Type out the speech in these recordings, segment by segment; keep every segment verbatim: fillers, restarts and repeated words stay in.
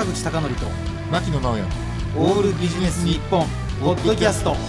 坂口孝則と牧野直哉オールビジネス日本ポッドキャスト。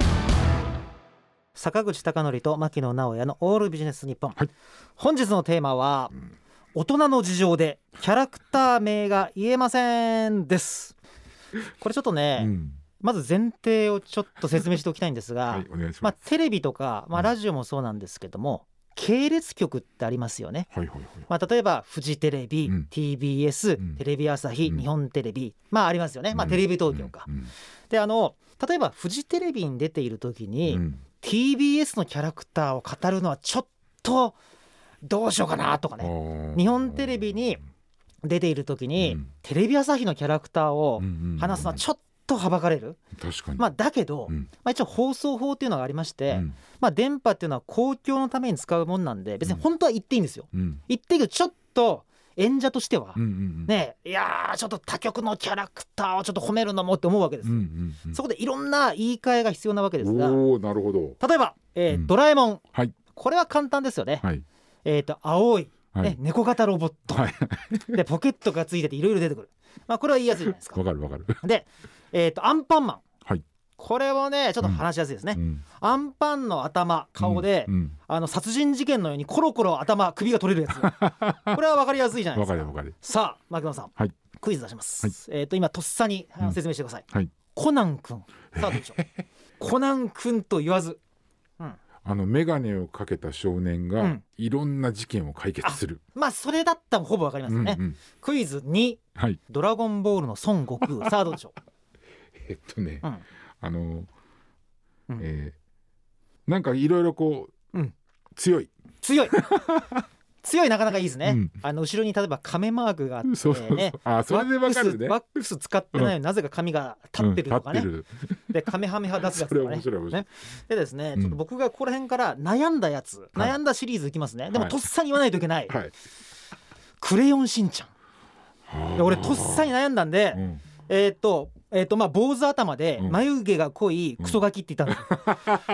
坂口孝則と牧野直哉のオールビジネス日本、はい、本日のテーマは、うん、大人の事情でキャラクター名が言えませんです。これちょっとね、うん、まず前提をちょっと説明しておきたいんですが、はい、お願いします。まあ、テレビとか、まあ、ラジオもそうなんですけども、うん、系列局ってありますよね、はいはいはい。まあ、例えばフジテレビ、うん、ティービーエス、うん、テレビ朝日、うん、日本テレビ、まあありますよね、まあ、テレビ東京か、うんうん、であの例えばフジテレビに出ている時に、うん、ティービーエス のキャラクターを語るのはちょっとどうしようかなとかね、日本テレビに出ている時に、うん、テレビ朝日のキャラクターを話すのはちょっとはばかれる。確かに、まあ、だけど、うんまあ、一応放送法っていうのがありまして、うんまあ、電波っていうのは公共のために使うもんなんで別に本当は言っていいんですよ、うん、言っていいけどちょっと演者としては、うんうんうん、ねいやーちょっと他局のキャラクターをちょっと褒めるのもって思うわけです、うんうんうん、そこでいろんな言い換えが必要なわけですが、 おーなるほど。 例えば、えーうん、ドラえもん、はい、これは簡単ですよね、はいえー、と青い、ねはい、猫型ロボット、はい、でポケットがついてていろいろ出てくる、まあ、これは言いやすいじゃないですか。わかるわかる。で、えー、とアンパンマン、はい、これもねちょっと話しやすいですね、うん、アンパンの頭顔で、うんうん、あの殺人事件のようにコロコロ頭首が取れるやつこれは分かりやすいじゃないですか。わかるわかる。さあ牧野さん、はい、クイズ出します、はいえー、と今とっさに説明してください、うんはい、コナン君、さあどうでしょうコナン君と言わず、うん、 あのメガネをかけた少年がいろんな事件を解決する、 うん、まあそれだったらほぼ分かりますよね、うんうん、クイズに、はい、ドラゴンボールの孫悟空さあどうでしょうえっとね、うん、あの、うんえー、なんかいろいろこう、うん、強い強い強いなかなかいいですね、うん、あの後ろに例えば亀マークがあって、ね、そうそうそうあそれでわかるね。 ワックス使ってないのに、うん、なぜか髪が立ってるとかね、うん、でカメハメ派出すやつとかね。それ面白い面白い、ね、でですね、うん、ちょっと僕がここら辺から悩んだやつ、はい、悩んだシリーズいきますね。でもとっさに言わないといけない、はい、クレヨンしんちゃん。で俺とっさに悩んだんで、うん、えー、っとえー、とまあ坊主頭で眉毛が濃いクソガキって言ったんです、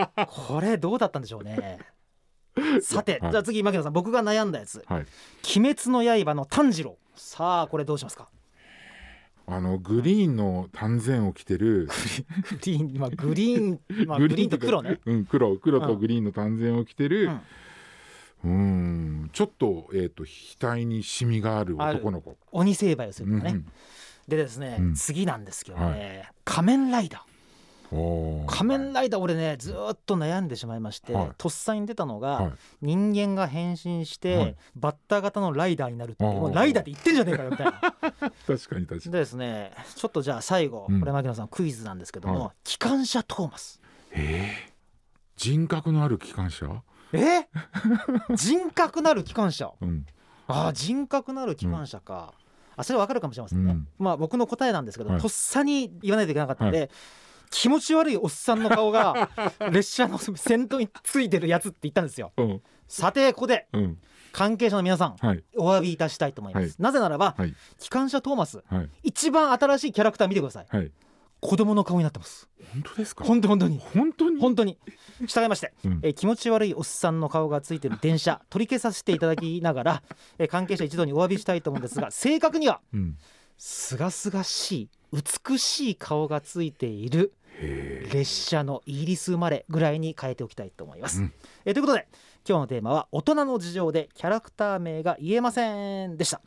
うん、これどうだったんでしょうねさて、はい、じゃあ次牧野さん、僕が悩んだやつ、はい、鬼滅の刃の炭治郎、さあこれどうしますか。 あのグリーンの丹前を着てるグリーン、まあ、グリーン、まあ、グリーンと黒ね、 うん、黒黒とグリーンの丹前を着てる、うんうーんちょっと、えー、と額にシミがある男の子、 鬼成敗をするのね、うん、でですね、うん、次なんですけどね、はい、仮面ライダー。仮面ライダー俺ねずっと悩んでしまいまして、はい、とっさに出たのが、はい、人間が変身して、はい、バッター型のライダーになるって、もうライダーって言ってんじゃねえかよみたいな確かに確かにでですね、ちょっとじゃあ最後、うん、これ牧野さんクイズなんですけども、はい、機関車トーマス、 えー、人格のある機関車え人格のある機関車、うん、あ人格のある機関車か、うん、あそれ分かるかもしれませんね、うん、まあ僕の答えなんですけど、はい、とっさに言わないといけなかったんで、はい、気持ち悪いおっさんの顔が列車の先頭についてるやつって言ったんですよ、うん、さてここで、うん、関係者の皆さん、はい、お詫びいたしたいと思います、はい、なぜならば、はい、機関車トーマス、はい、一番新しいキャラクター見てください、はい、子供の顔になってます。 本当ですか。 本当本当に本当に本当に従いまして、うん、え気持ち悪いおっさんの顔がついてる電車取り消させていただきながらえ関係者一同にお詫びしたいと思うんですが、正確には、うん、すがすがしい美しい顔がついている列車のイギリス生まれぐらいに変えておきたいと思います、うんえということで今日のテーマは大人の事情でキャラクター名が言えませんでした。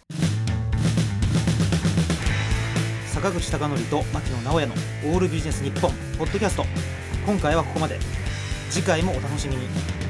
坂口孝則と牧野直哉のオールビジネス日本ポッドキャスト、今回はここまで。次回もお楽しみに。